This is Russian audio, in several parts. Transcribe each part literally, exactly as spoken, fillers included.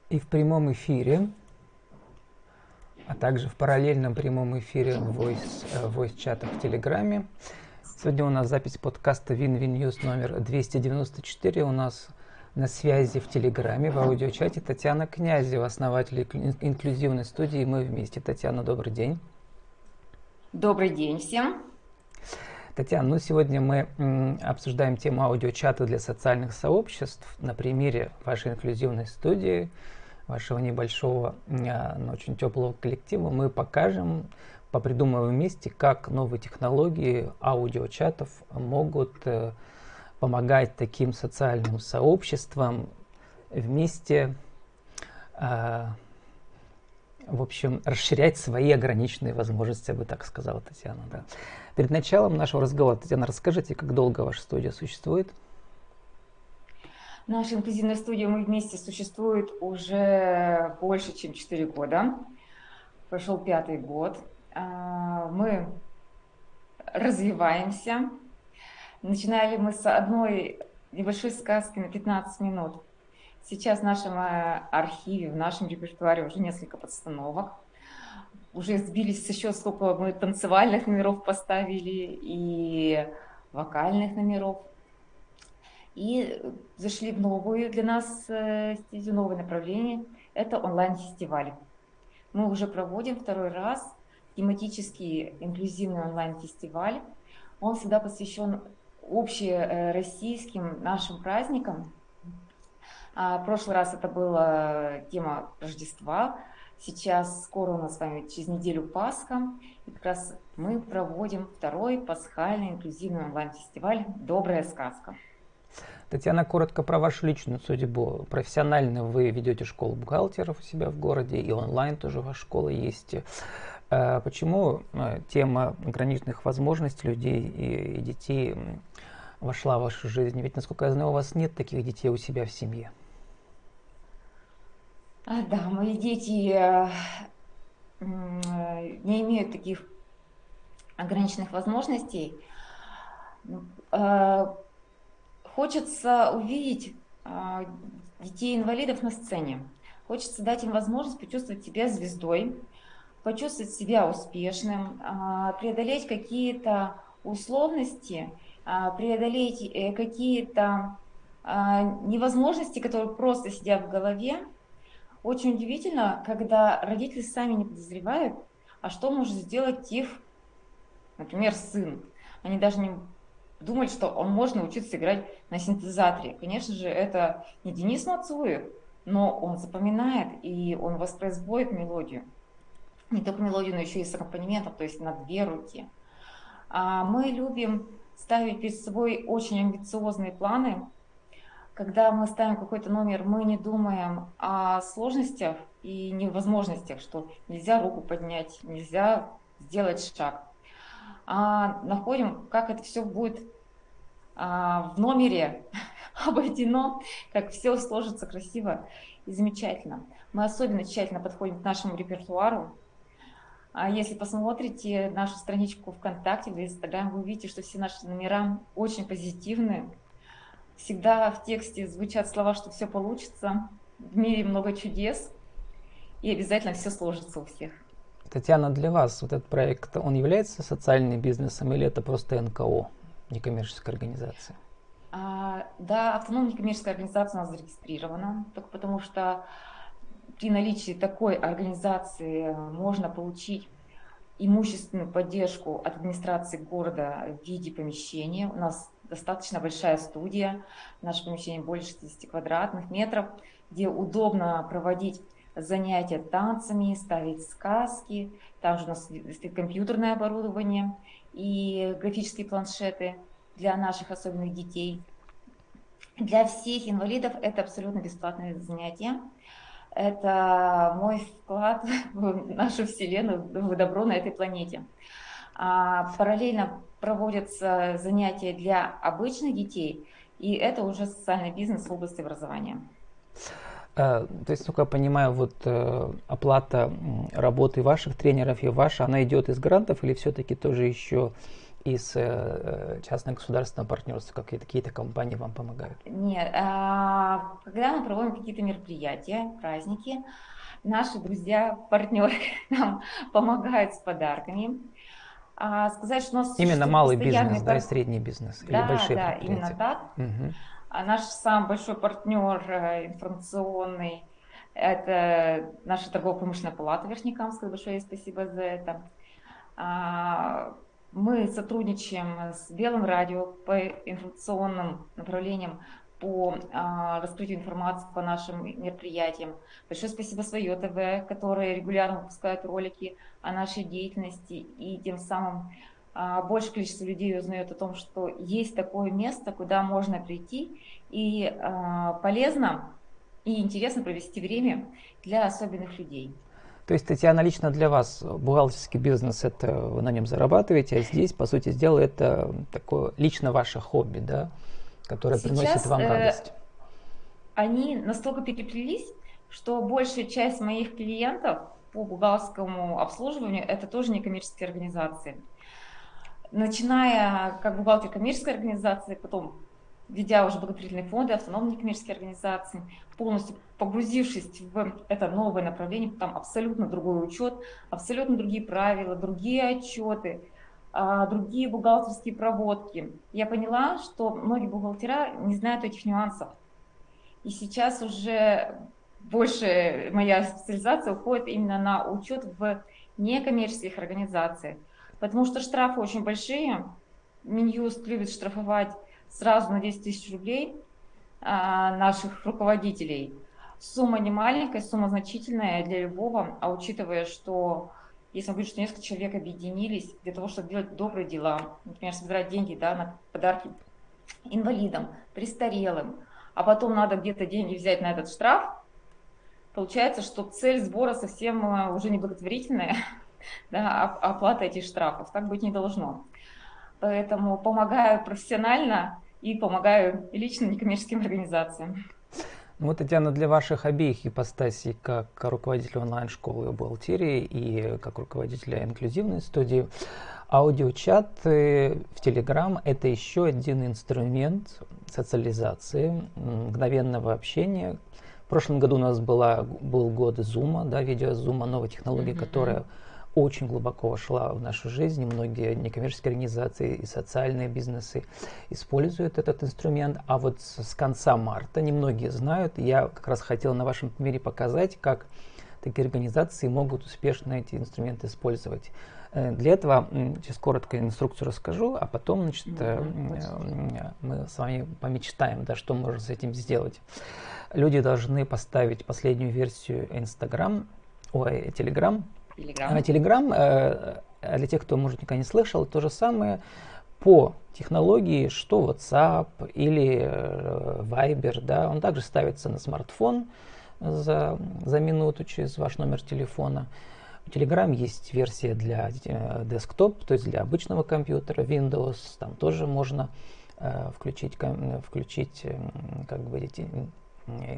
И в прямом эфире, а также в параллельном прямом эфире в voice, э, voice-чатах в Телеграме. Сегодня у нас запись подкаста WinWin News номер двести девяносто четыре. У нас на связи в Телеграме, в аудиочате Татьяна Князева, основатель инклюзивной студии «Мы вместе». Татьяна, добрый день. Добрый день всем. Татьяна, ну сегодня мы м, обсуждаем тему аудиочата для социальных сообществ на примере вашей инклюзивной студии, вашего небольшого, но очень теплого коллектива. Мы покажем, попридумываем вместе, как новые технологии аудиочатов могут э, помогать таким социальным сообществам вместе, э, в общем, расширять свои ограниченные возможности, я бы так сказала, Татьяна. Да. Перед началом нашего разговора, Татьяна, расскажите, как долго ваша студия существует? Наша инклюзивная студия «Мы вместе» существует уже больше, чем четыре года. Прошел пятый год. Мы развиваемся. Начинали мы с одной небольшой сказки на пятнадцать минут. Сейчас в нашем архиве, в нашем репертуаре уже несколько подстановок. Уже сбились со счета, сколько мы танцевальных номеров поставили и вокальных номеров. И зашли в новую для нас стезю, новое направление. Это онлайн-фестиваль. Мы уже проводим второй раз тематический инклюзивный онлайн-фестиваль. Он всегда посвящен общероссийским нашим праздникам. В прошлый раз это была тема Рождества. Сейчас скоро у нас с вами через неделю Пасха. И как раз мы проводим второй пасхальный инклюзивный онлайн-фестиваль «Добрая сказка». Татьяна, коротко про вашу личную судьбу. Профессионально вы ведете школу бухгалтеров у себя в городе, и онлайн тоже ваша школа есть. Почему тема ограниченных возможностей людей и детей вошла в вашу жизнь? Ведь, насколько я знаю, у вас нет таких детей у себя в семье. А, да, мои дети не имеют таких ограниченных возможностей. Хочется увидеть детей-инвалидов на сцене. Хочется дать им возможность почувствовать себя звездой, почувствовать себя успешным, преодолеть какие-то условности, преодолеть какие-то невозможности, которые просто сидят в голове. Очень удивительно, когда родители сами не подозревают, а что может сделать их, например, сын. Они даже не думали, что он может научиться играть на синтезаторе. Конечно же, это не Денис Мацуев, но он запоминает и он воспроизводит мелодию. Не только мелодию, но еще и с аккомпанементом, то есть на две руки. А мы любим ставить перед собой очень амбициозные планы. Когда мы ставим какой-то номер, мы не думаем о сложностях и невозможностях, что нельзя руку поднять, нельзя сделать шаг. А находим, как это все будет а, в номере обойдено, как все сложится красиво и замечательно. Мы особенно тщательно подходим к нашему репертуару. А если посмотрите нашу страничку ВКонтакте, в Инстаграме, вы увидите, что все наши номера очень позитивные. Всегда в тексте звучат слова, что все получится, в мире много чудес, и обязательно все сложится у всех. Татьяна, для вас вот этот проект, он является социальным бизнесом или это просто эн ка о, некоммерческая организация? А, да, автономная некоммерческая организация у нас зарегистрирована, только потому что при наличии такой организации можно получить имущественную поддержку от администрации города в виде помещения. У нас достаточно большая студия, наше помещение больше шестидесяти квадратных метров, где удобно проводить занятия танцами, ставить сказки. Там же у нас стоит компьютерное оборудование и графические планшеты для наших особенных детей. Для всех инвалидов это абсолютно бесплатное занятие. Это мой вклад в нашу Вселенную, в добро на этой планете. А параллельно проводятся занятия для обычных детей, и это уже социальный бизнес в области образования. То есть, насколько я понимаю, вот э, оплата работы ваших тренеров и ваша, она идет из грантов или все-таки тоже еще из э, частно-государственного партнерства, какие-то, какие-то компании вам помогают? Нет, а, когда мы проводим какие-то мероприятия, праздники, наши друзья, партнеры нам помогают с подарками. А, сказать, что у нас Именно существует малый постоянный... бизнес, да, и средний бизнес, или Да, большие да, именно предприятия? так. Угу. А наш самый большой партнер э, информационный — это наша торгово-промышленная палата Верхнекамска. Большое спасибо за это. А, Мы сотрудничаем с Белым радио по информационным направлениям, по а, раскрытию информации по нашим мероприятиям. Большое спасибо Свое ТВ, которые регулярно выпускают ролики о нашей деятельности, и тем самым а, большее количество людей узнает о том, что есть такое место, куда можно прийти, и а, полезно и интересно провести время для особенных людей. То есть, Татьяна, лично для вас бухгалтерский бизнес, это вы на нем зарабатываете, а здесь, по сути дела, это такое лично ваше хобби, да, которое Сейчас приносит вам э, радость. они настолько переплелись, что большая часть моих клиентов по бухгалтерскому обслуживанию — это тоже некоммерческие организации. Начиная как бухгалтер коммерческой организации, потом ведя уже благотворительные фонды, автономные некоммерческие организации, полностью погрузившись в это новое направление, там абсолютно другой учет, абсолютно другие правила, другие отчеты, а, другие бухгалтерские проводки. Я поняла, что многие бухгалтера не знают этих нюансов. И сейчас уже больше моя специализация уходит именно на учет в некоммерческих организациях, потому что штрафы очень большие. Минюст любит штрафовать сразу на десять тысяч рублей а, наших руководителей. Сумма не маленькая, сумма значительная для любого, а учитывая, что если мы говорим, что несколько человек объединились для того, чтобы делать добрые дела, например, собирать деньги, да, на подарки инвалидам, престарелым, а потом надо где-то деньги взять на этот штраф, получается, что цель сбора совсем уже не благотворительная, да, а оплата этих штрафов. Так быть не должно. Поэтому помогаю профессионально и помогаю лично некоммерческим организациям. Ну вот, Татьяна, для ваших обеих ипостасей, как руководителя онлайн-школы бухгалтерии и как руководителя инклюзивной студии, аудиочаты в Telegram — это еще один инструмент социализации, мгновенного общения. В прошлом году у нас была, был год Zoom, да, видео Zoom, новая технология, mm-hmm. которая очень глубоко вошла в нашу жизнь. Многие некоммерческие организации и социальные бизнесы используют этот инструмент. А вот с, с конца марта, немногие знают, я как раз хотел на вашем примере показать, как такие организации могут успешно эти инструменты использовать. Для этого сейчас коротко инструкцию расскажу, а потом, значит, mm-hmm. мы с вами помечтаем, да, что можно с этим сделать. Люди должны поставить последнюю версию Instagram, ой, Telegram. Telegram. Telegram, для тех, кто, может, никогда не слышал, то же самое по технологии, что WhatsApp или Viber, да, он также ставится на смартфон за, за минуту через ваш номер телефона. У Telegram есть версия для десктоп, то есть для обычного компьютера, Windows, там тоже можно э, включить, включить э, как бы эти, э,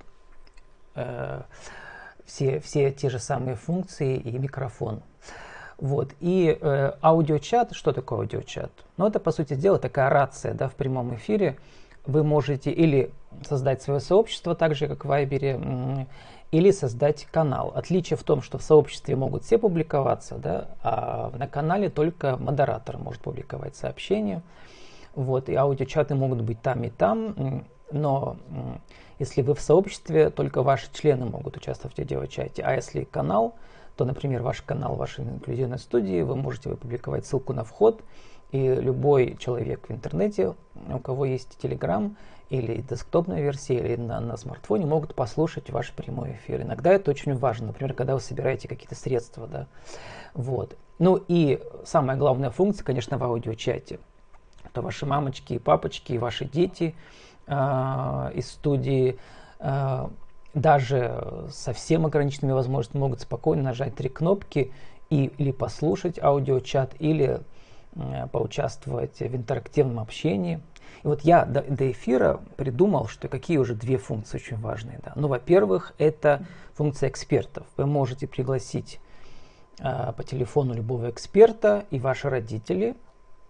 э, все, все те же самые функции и микрофон. Вот. И э, аудиочат, что такое аудиочат? Ну, это, по сути дела, такая рация, да, в прямом эфире. Вы можете или создать свое сообщество, так же, как в Viber, или создать канал. Отличие в том, что в сообществе могут все публиковаться, да, а на канале только модератор может публиковать сообщения. Вот, и аудиочаты могут быть там и там, но если вы в сообществе, только ваши члены могут участвовать в аудиочате. А если канал, то, например, ваш канал вашей инклюзивной студии, вы можете опубликовать ссылку на вход, и любой человек в интернете, у кого есть Telegram или десктопная версия, или на, на смартфоне, могут послушать ваш прямой эфир. Иногда это очень важно, например, когда вы собираете какие-то средства. Да? Вот. Ну и самая главная функция, конечно, в аудиочате. Это ваши мамочки и папочки, и ваши дети э, из студии, э, даже со совсем ограниченными возможностями могут спокойно нажать три кнопки и или послушать аудиочат, или э, поучаствовать в интерактивном общении. И вот я до, до эфира придумал, что какие уже две функции очень важные. Да. Ну, во-первых, это функция экспертов. Вы можете пригласить э, по телефону любого эксперта, и ваши родители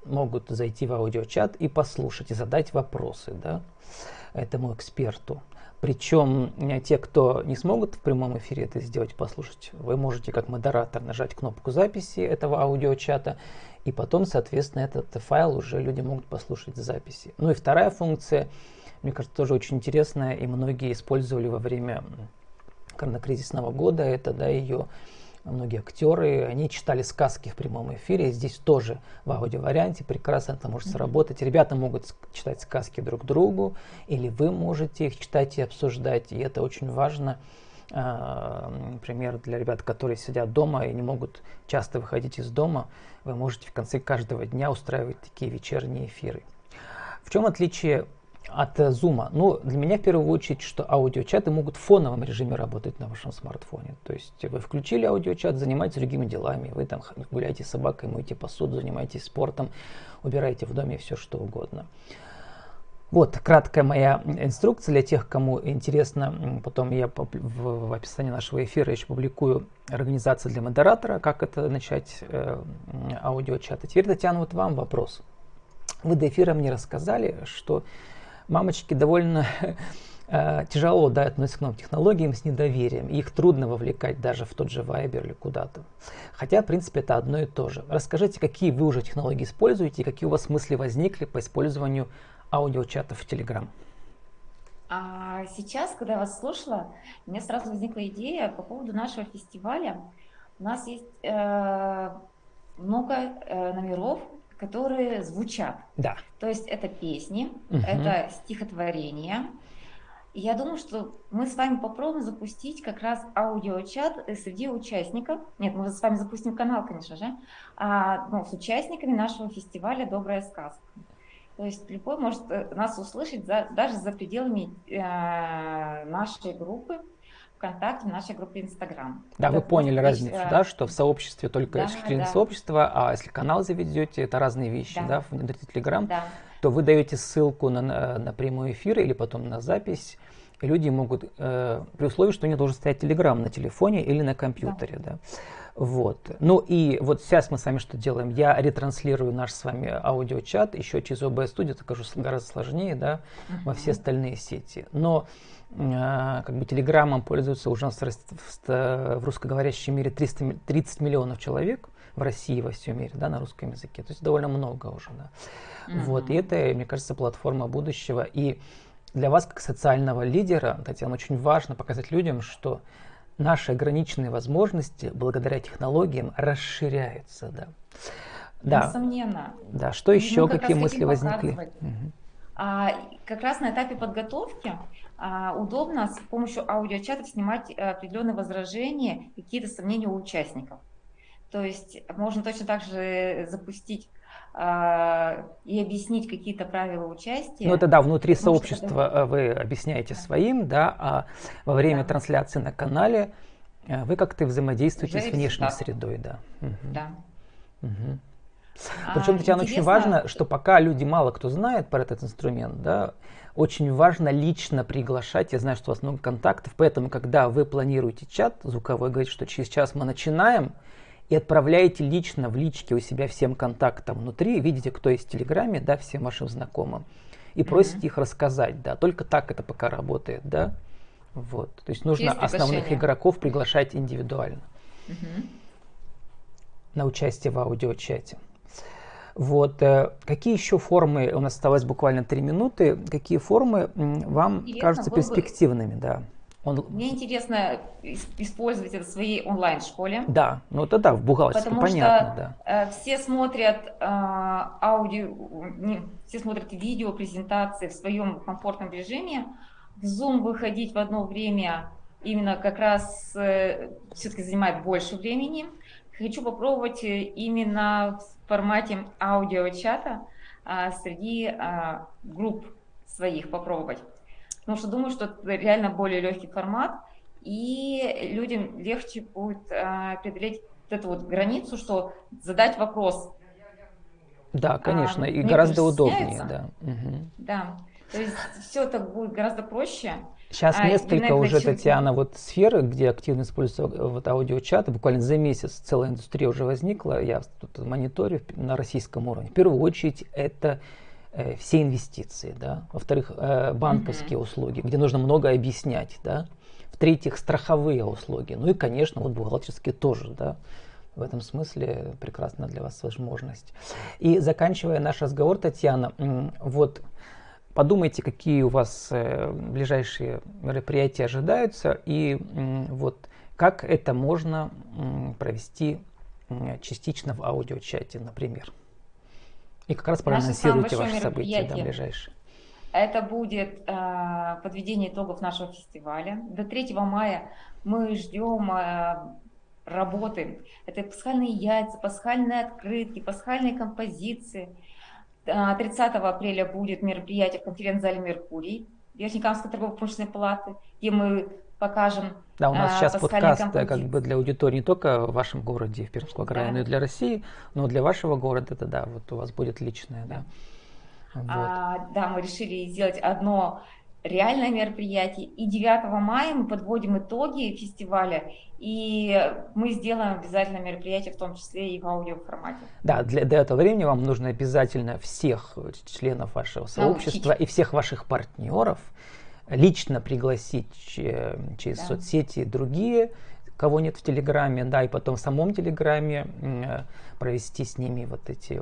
могут зайти в аудиочат и послушать, и задать вопросы, да, этому эксперту. Причем те, кто не смогут в прямом эфире это сделать, послушать, вы можете как модератор нажать кнопку записи этого аудиочата, и потом, соответственно, этот файл уже люди могут послушать в записи. Ну и вторая функция, мне кажется, тоже очень интересная, и многие использовали во время коронакризисного года, это, да, ее многие актеры, они читали сказки в прямом эфире, здесь тоже в аудиоварианте прекрасно это может сработать. Ребята могут читать сказки друг другу, или вы можете их читать и обсуждать, и это очень важно. Например, для ребят, которые сидят дома и не могут часто выходить из дома, вы можете в конце каждого дня устраивать такие вечерние эфиры. В чем отличие от Zoom? Ну, для меня в первую очередь, что аудиочаты могут в фоновом режиме работать на вашем смартфоне. То есть вы включили аудиочат, занимаетесь другими делами, вы там гуляете с собакой, моете посуду, занимаетесь спортом, убираете в доме все что угодно. Вот краткая моя инструкция для тех, кому интересно. Потом я в описании нашего эфира еще публикую организацию для модератора, как это начать э, аудиочат. И теперь, Татьяна, вот вам вопрос. Вы до эфира мне рассказали, что мамочки довольно э, тяжело, да, относятся к новым технологиям с недоверием. Их трудно вовлекать даже в тот же Viber или куда-то. Хотя, в принципе, это одно и то же. Расскажите, какие вы уже технологии используете и какие у вас мысли возникли по использованию аудиочатов в Telegram? А сейчас, когда я вас слушала, у меня сразу возникла идея по поводу нашего фестиваля. У нас есть э, много э, номеров, которые звучат. Да. То есть это песни, угу. это стихотворения. И я думаю, что мы с вами попробуем запустить как раз аудиочат среди участников. Нет, мы с вами запустим канал, конечно же, а, ну, с участниками нашего фестиваля «Добрая сказка». То есть любой может нас услышать за, даже за пределами э, нашей группы ВКонтакте, нашей группе Инстаграм. Да, это вы поняли быть, разницу, э, да, что в сообществе только да, исключительно да. сообщество, а если канал заведете, это разные вещи, да, Да. внутри Telegram, Да. то вы даете ссылку на, на, на прямой эфир или потом на запись, и люди могут, э, при условии, что у них должен стоять Telegram на телефоне или на компьютере, да. Да. Вот. Ну и вот сейчас мы с вами что делаем? Я ретранслирую наш с вами аудиочат еще через о бэ эс Studio, это, кажется, гораздо сложнее, да, uh-huh. во все остальные сети. Но э, как бы Телеграмом пользуются уже в, в, в русскоговорящем мире триста, тридцать миллионов человек, в России во всем мире, да, на русском языке. То есть довольно много уже, да. Uh-huh. Вот. И это, мне кажется, платформа будущего. И для вас, как социального лидера, Татьяна, очень важно показать людям, что наши ограниченные возможности благодаря технологиям расширяются, да. Да. Несомненно. Да. Что еще, какие мысли возникли? Угу. А, как раз на этапе подготовки а, удобно с помощью аудиочатов снимать определенные возражения, какие-то сомнения у участников. То есть можно точно так же запустить а, и объяснить какие-то правила участия. Ну это да, внутри сообщества когда... вы объясняете да. своим, да, а во время да. трансляции на канале вы как-то взаимодействуете уже с внешней да. средой, да. Угу. Да. Угу. Причем, а, Татьяна, интересно... очень важно, что пока люди мало кто знает про этот инструмент, да, очень важно лично приглашать. Я знаю, что у вас много контактов, поэтому, когда вы планируете чат звуковой, говорите, что через час мы начинаем, и отправляете лично в личке у себя всем контактам внутри, видите, кто есть в Телеграме, да, всем вашим знакомым, и просите mm-hmm. их рассказать, да, только так это пока работает, да, вот, то есть нужно есть основных игроков приглашать индивидуально mm-hmm. на участие в аудиочате. Вот, какие еще формы, у нас осталось буквально три минуты, какие формы вам Интересно, кажутся перспективными, бы... да? Он... Мне интересно использовать это в своей онлайн-школе. Да, ну это да, в бухгалтерстве, потому понятно, что да. все смотрят э, аудио, не, все смотрят видео, презентации в своем комфортном режиме. В Zoom выходить в одно время именно как раз э, все-таки занимает больше времени. Хочу попробовать именно в формате аудиочата э, среди э, групп своих попробовать. Потому что думаю, что это реально более легкий формат, и людям легче будет э, преодолеть вот эту вот границу, что задать вопрос. Да, конечно, а, и гораздо удобнее. Да. Угу. Да, то есть все это будет гораздо проще. Сейчас А, несколько Юнек уже, начал... Татьяна, вот сферы, где активно используются вот аудиочаты, буквально за месяц целая индустрия уже возникла, я тут мониторю на российском уровне. В первую очередь это э, все инвестиции, да. Во-вторых, э, банковские Мгм. услуги, где нужно много объяснять, да. В-третьих, страховые услуги, ну и, конечно, вот бухгалтерские тоже, да. В этом смысле прекрасна для вас возможность. И заканчивая наш разговор, Татьяна, вот подумайте, какие у вас э, ближайшие мероприятия ожидаются, и м, вот как это можно м, провести м, частично в аудиочате, например. И как раз Наше самое проанонсируйте большое ваши события, да, мероприятие ближайшие. это будет э, подведение итогов нашего фестиваля. До третьего мая мы ждем э, работы. Это пасхальные яйца, пасхальные открытки, пасхальные композиции. Э, тридцатого апреля будет мероприятие в конференц-зале «Меркурий» Верхнекамской торгово-промышленной палаты, где мы покажем Да, у нас э, сейчас пасхальные подкаст э, как бы композиции. для аудитории не только в вашем городе, в Пермском крае, но и Да, для России, но для вашего города это да, вот у вас будет личное, да. да. Вот. А, да, мы решили сделать одно реальное мероприятие. И девятого мая мы подводим итоги фестиваля, и мы сделаем обязательно мероприятие, в том числе и в аудиоформате. Да, для, для этого времени вам нужно обязательно всех членов вашего сообщества Научить. и всех ваших партнеров лично пригласить э, через Да. соцсети другие, кого нет в Телеграме, да, и потом в самом Телеграме э, провести с ними вот эти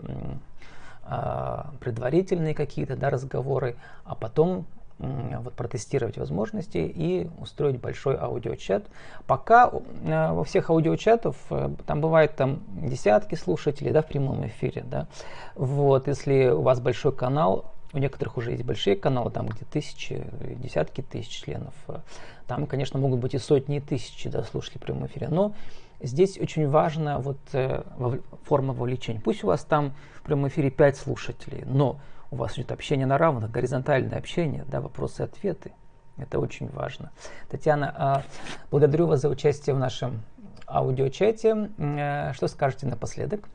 э, предварительные какие-то, да, разговоры, а потом э, вот протестировать возможности и устроить большой аудиочат. Пока э, во всех аудиочатов э, там бывает там десятки слушателей, да, в прямом эфире, да. Вот, если у вас большой канал, у некоторых уже есть большие каналы, там где тысячи, десятки тысяч членов. Там, конечно, могут быть и сотни и тысячи, да, слушателей в прямом эфире. Но здесь очень важна вот э, форма вовлечения. Пусть у вас там в прямом эфире пять слушателей, но у вас идет общение на равных, горизонтальное общение, да, вопросы и ответы. Это очень важно. Татьяна, э, благодарю вас за участие в нашем аудиочате. Э, что скажете напоследок?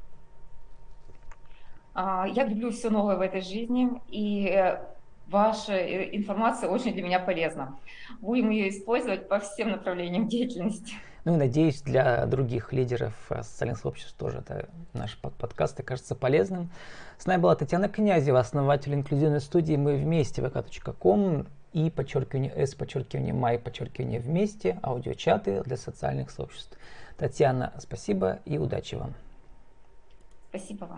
Я люблю все новое в этой жизни, и ваша информация очень для меня полезна. Будем ее использовать по всем направлениям деятельности. Ну и надеюсь, для других лидеров социальных сообществ тоже это наш подкаст окажется полезным. С нами была Татьяна Князева, основатель инклюзивной студии «Мы вместе» вэ ка точка ком и подчеркивание S, подчеркивание май, подчеркивание вместе, аудиочаты для социальных сообществ. Татьяна, спасибо и удачи вам. Спасибо вам.